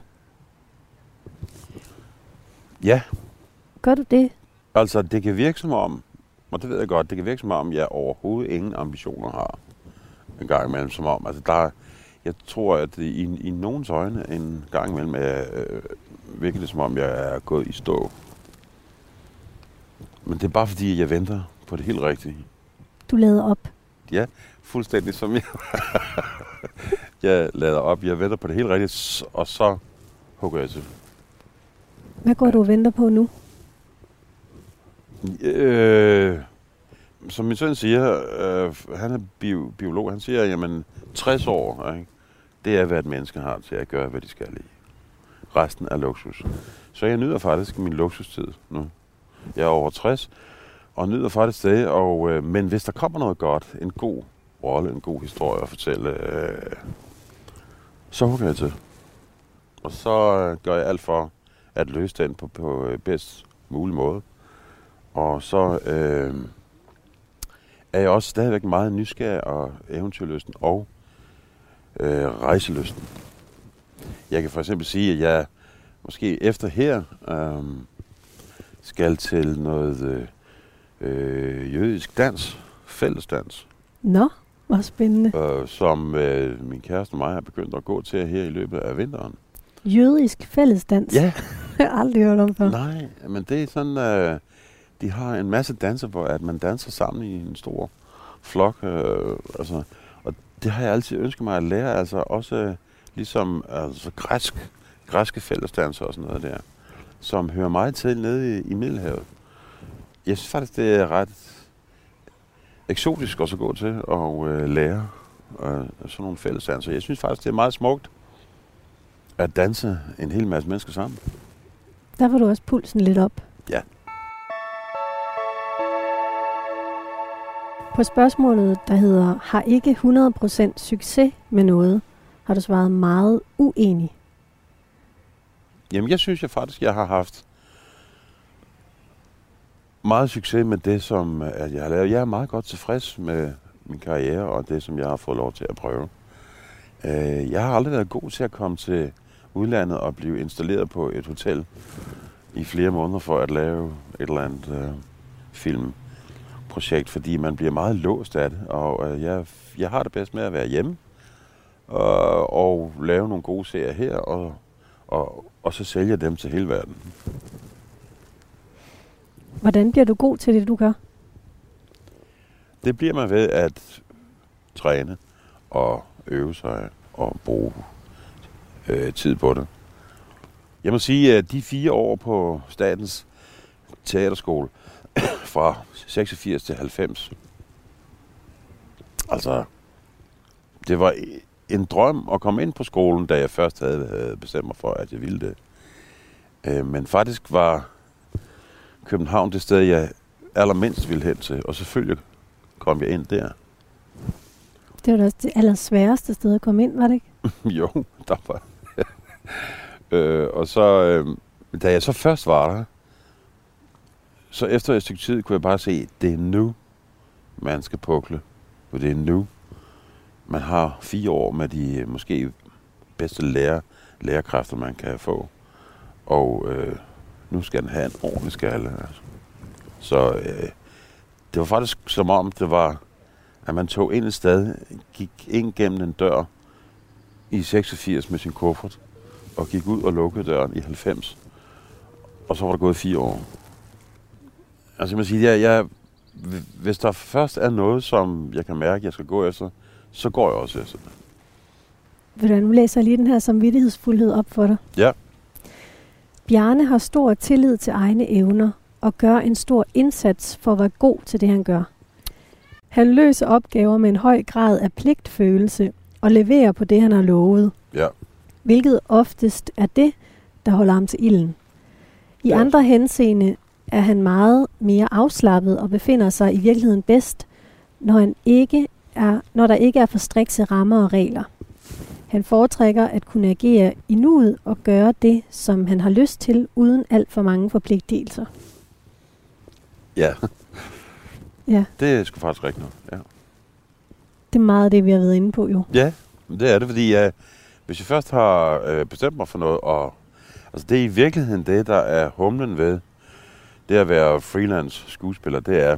Ja. Gør du det? Altså, det kan virke som om, og det ved jeg godt, det kan virke som om, jeg overhovedet ingen ambitioner har en gang imellem. Som om, altså jeg tror, at i nogens øjne en gang imellem virker det som om, jeg er gået i stå. Men det er bare fordi, jeg venter på det helt rigtige. Du lader op? Ja, fuldstændig som jeg. Jeg lader op, jeg venter på det helt rigtige, og så hugger jeg til. Hvad går du og venter på nu? Som min søn siger, han er biolog, han siger, jamen 60 år, ikke? Det er, hvad et menneske har til at gøre, hvad de skal i. Resten er luksus. Så jeg nyder faktisk min luksustid nu. Jeg er over 60, og nyder faktisk det. Men hvis der kommer noget godt, en god rolle, en god historie at fortælle, så hugger jeg til. Og så gør jeg alt for at løse den på bedst mulig måde. Og så er jeg også stadigvæk meget nysgerrig og eventyrlysten og rejselysten. Jeg kan for eksempel sige, at jeg måske efter her skal til noget jødisk dans, fællesdans. Nå, hvor spændende. Som min kæreste og mig har begyndt at gå til her i løbet af vinteren. Jødisk fællesdans? Ja. Jeg har aldrig hørt om før. Nej, men det er sådan, de har en masse danser, hvor at man danser sammen i en stor flok. Og det har jeg altid ønsket mig at lære, altså også ligesom græske fællesdanser og sådan noget der, som hører meget til nede i Middelhavet. Jeg synes faktisk, det er ret eksotisk også at gå til og lære sådan nogle fællesdanser. Jeg synes faktisk, det er meget smukt at danse en hel masse mennesker sammen. Der får du også pulsen lidt op. Ja. På spørgsmålet, der hedder, har ikke 100% succes med noget, har du svaret meget uenig. Jamen, jeg synes faktisk, jeg har haft meget succes med det, som at jeg har lavet. Jeg er meget godt tilfreds med min karriere og det, som jeg har fået lov til at prøve. Jeg har aldrig været god til at komme til udlandet og blive installeret på et hotel i flere måneder for at lave et eller andet filmprojekt, fordi man bliver meget låst af det, og jeg har det bedst med at være hjemme og lave nogle gode serier her, og så sælge dem til hele verden. Hvordan bliver du god til det, du gør? Det bliver man ved at træne og øve sig og bruge tid på det. Jeg må sige, at de 4 år på Statens Teaterskole fra 86 til 90, altså, det var en drøm at komme ind på skolen, da jeg først havde bestemt mig for, at jeg ville det. Men faktisk var København det sted, jeg allermindst ville hen til, og selvfølgelig kom jeg ind der. Det var da også det allersværeste sted at komme ind, var det ikke? Jo, der var. Og så, da jeg så først var der, så efter et stykke tid kunne jeg bare se, at det er nu, man skal pukle. For det er nu. Man har 4 år med de måske bedste lærerkræfter, man kan få. Og nu skal den have en ordentlig skalle. Altså. Så det var faktisk som om, det var, at man tog ind et sted, gik ind gennem en dør i 86 med sin kuffert, og gik ud og lukkede døren i 90. Og så var der gået 4 år. Altså jeg må sige, hvis der først er noget, som jeg kan mærke, jeg skal gå efter, så går jeg også efter det. Vil du nu læser lige den her samvittighedsfuldhed op for dig? Ja. Bjarne har stor tillid til egne evner og gør en stor indsats for at være god til det, han gør. Han løser opgaver med en høj grad af pligtfølelse og leverer på det, han har lovet. Ja. Hvilket oftest er det, der holder ham til ilden. I andre henseende er han meget mere afslappet og befinder sig i virkeligheden bedst, når der ikke er for strikse rammer og regler. Han foretrækker at kunne agere i nuet og gøre det, som han har lyst til, uden alt for mange forpligtelser. Ja. Ja. Det er sgu faktisk rigtigt nok, ja. Det er meget det, vi har været inde på, jo. Ja, det er det, fordi hvis jeg først har bestemt mig for noget, og altså det er i virkeligheden det, der er humlen ved det at være freelance skuespiller, det er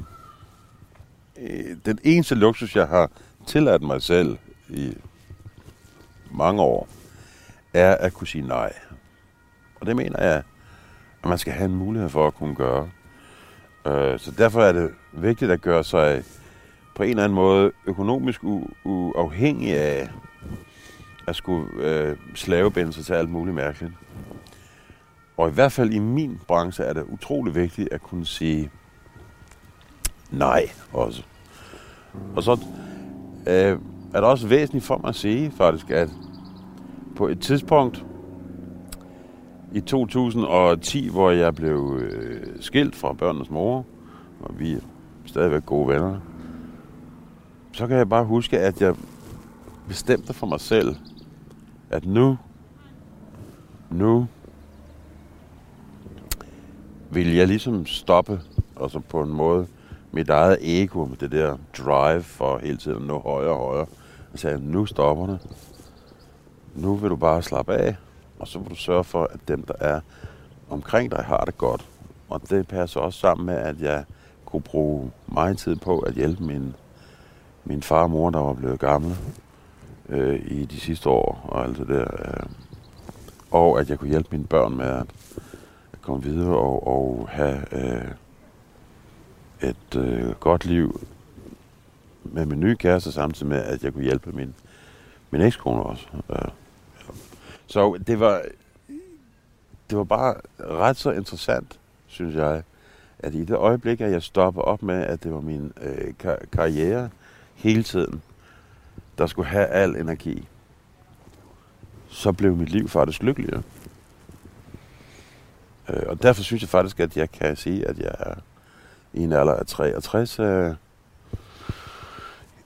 den eneste luksus, jeg har tilladt mig selv i mange år, er at kunne sige nej. Og det mener jeg, at man skal have en mulighed for at kunne gøre. Så derfor er det vigtigt at gøre sig på en eller anden måde økonomisk uafhængig af at skulle slavebinde sig til alt muligt mærkeligt. Og i hvert fald i min branche er det utrolig vigtigt at kunne sige nej også. Og så er det også væsentligt for mig at sige faktisk, at på et tidspunkt i 2010, hvor jeg blev skilt fra børnenes mor, og vi er stadigvæk gode venner, så kan jeg bare huske, at jeg bestemte for mig selv, at nu vil jeg ligesom stoppe, altså på en måde, mit eget ego med det der drive for hele tiden at nå højere og højere. Jeg sagde, nu stopper det. Nu vil du bare slappe af, og så vil du sørge for, at dem, der er omkring dig, har det godt. Og det passer også sammen med, at jeg kunne bruge meget tid på at hjælpe min far og mor, der var blevet gamle i de sidste år og alt det der. Og at jeg kunne hjælpe mine børn med at komme videre og have et godt liv med min nye kæreste, samtidig med, at jeg kunne hjælpe min ekskone også. Så det var bare ret så interessant, synes jeg, at i det øjeblik, at jeg stoppede op med, at det var min karriere hele tiden, der skulle have al energi, så blev mit liv faktisk lykkeligere. Og derfor synes jeg faktisk, at jeg kan sige, at jeg er i en alder af 63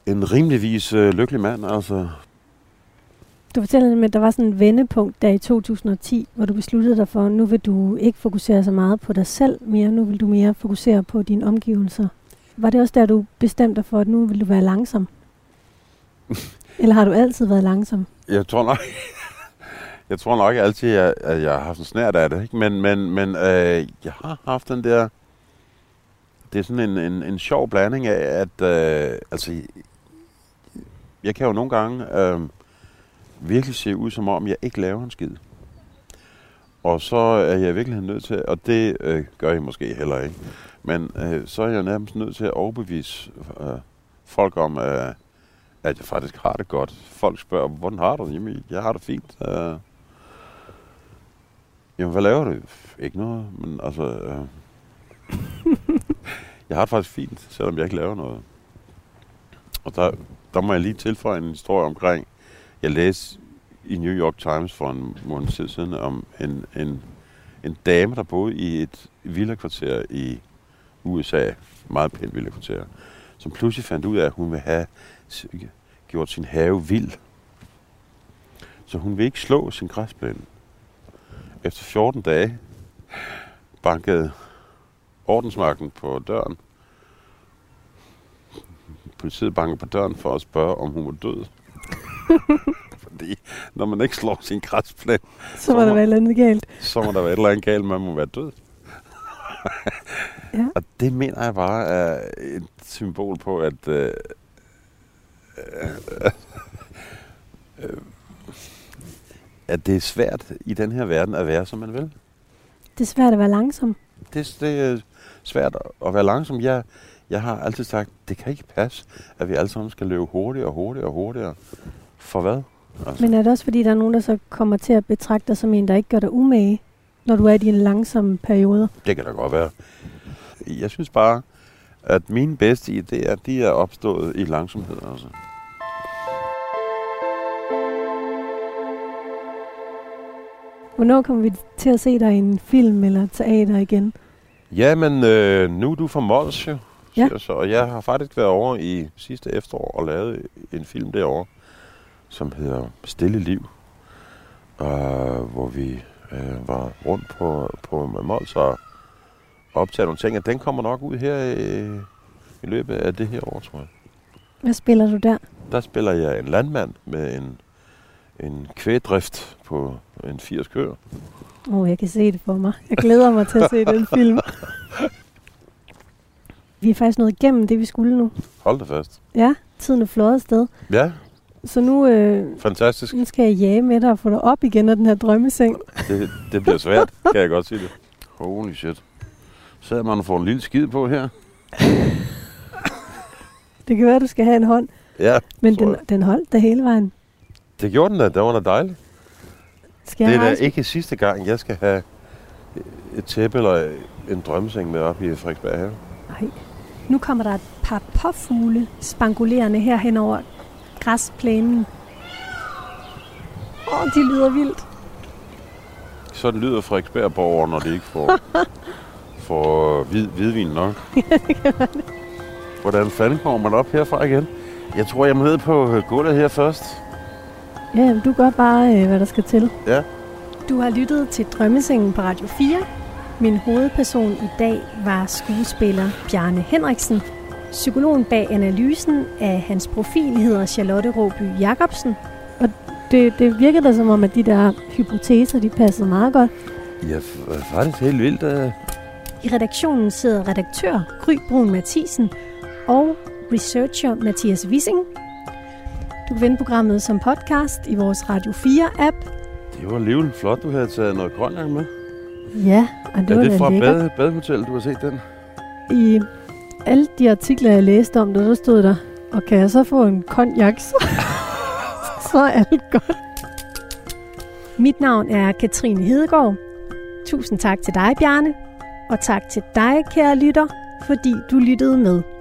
en rimeligvis lykkelig mand, altså. Du fortæller, at der var sådan en vendepunkt der i 2010, hvor du besluttede dig for, at nu vil du ikke fokusere så meget på dig selv mere, nu vil du mere fokusere på dine omgivelser. Var det også der, du bestemte dig for, at nu vil du være langsom? Eller har du altid været langsom? Jeg tror nok altid, at jeg har haft en snært af det, ikke? Men jeg har haft den der. Det er sådan en sjov blanding af, at altså, jeg kan jo nogle gange virkelig se ud, som om jeg ikke laver en skid. Og så er jeg virkelig nødt til, og det gør jeg måske heller ikke, men så er jeg nærmest nødt til at overbevise folk om, at jeg faktisk har det godt. Folk spørger, hvordan har du det? Jamen, jeg har det fint. Jamen, hvad laver du? Ikke noget, men altså. Jeg har det faktisk fint, selvom jeg ikke laver noget. Og der må jeg lige tilføje en historie omkring. Jeg læste i New York Times for en måned tid siden om en dame, der boede i et villakvarter i USA, meget pænt villakvarter, som pludselig fandt ud af, at hun vil have gjort sin have vild. Så hun vil ikke slå sin græsplæne. Efter 14 dage bankede ordensmagten på døren. Politiet bankede på døren for at spørge, om hun var død. Fordi når man ikke slår sin græsplæne, så må der være et eller andet galt. Så må der være et eller andet galt, man må være død. Ja. Og det mener jeg bare er et symbol på, at at det er svært i den her verden at være, som man vil. Det er svært at være langsom. Det er svært at være langsom. Jeg har altid sagt, det kan ikke passe, at vi alle sammen skal løbe hurtigere og hurtigere og hurtigere. For hvad? Altså. Men er det også fordi, der er nogen, der så kommer til at betragte dig som en, der ikke gør dig umage, når du er i dine langsomme perioder? Det kan da godt være. Jeg synes bare, at mine bedste idéer, de er opstået i langsomhed. Altså. Hvornår kommer vi til at se dig i en film eller teater igen? Jamen, nu er du fra Mols, jo. Ja. Så, og jeg har faktisk været over i sidste efterår og lavet en film derovre, som hedder Stille Liv, hvor vi var rundt på Mols og optaget nogle ting, og den kommer nok ud her i løbet af det her år, tror jeg. Hvad spiller du der? Der spiller jeg en landmand med en kvægdrift på en 80 køer. Jeg kan se det for mig. Jeg glæder mig til at se den film. Vi er faktisk nået igennem det, vi skulle nu. Hold da fast. Ja, tiden er fløjet afsted. Ja. Så nu, fantastisk. Nu skal jeg jage med dig og få dig op igen af den her drømmeseng. Det bliver svært, kan jeg godt sige det. Holy shit. Så er man får en lille skid på her. Det kan være, at du skal have en hånd. Ja. Men den holdt da hele vejen. Det gjorde den da. Det var da dejligt. Det er da ikke sidste gang, jeg skal have et tæppe eller en drømmeseng med op i Frederiksberg Have. Nej. Nu kommer der et par påfugle spangulerende her hen over græsplænen. De lyder vildt. Sådan lyder Frederiksberg-borger, når de ikke får hvidvin nok. Ja, det kan være det. Hvordan fanden kommer man op herfra igen? Jeg tror, jeg må ned på gulvet her først. Ja, du gør bare, hvad der skal til. Ja. Du har lyttet til Drømmesengen på Radio 4. Min hovedperson i dag var skuespiller Bjarne Henriksen. Psykologen bag analysen af hans profil hedder Charlotte Råby Jacobsen. Og det virker da som om, at de der hypoteser, de passede meget godt. Ja, faktisk helt vildt. I redaktionen sidder redaktør Gry Brun Mathisen og researcher Mathias Wissing. Du kan finde programmet som podcast i vores Radio 4-app. Det var alligevel flot, du havde taget noget grønland med. Ja, og det var det fra lækkert. Badehotel, du har set den? I alle de artikler, jeg læste om det, der stod der, og kan jeg så få en cognac, så er alt godt. Mit navn er Katrine Hedegaard. Tusind tak til dig, Bjarne. Og tak til dig, kære lytter, fordi du lyttede med.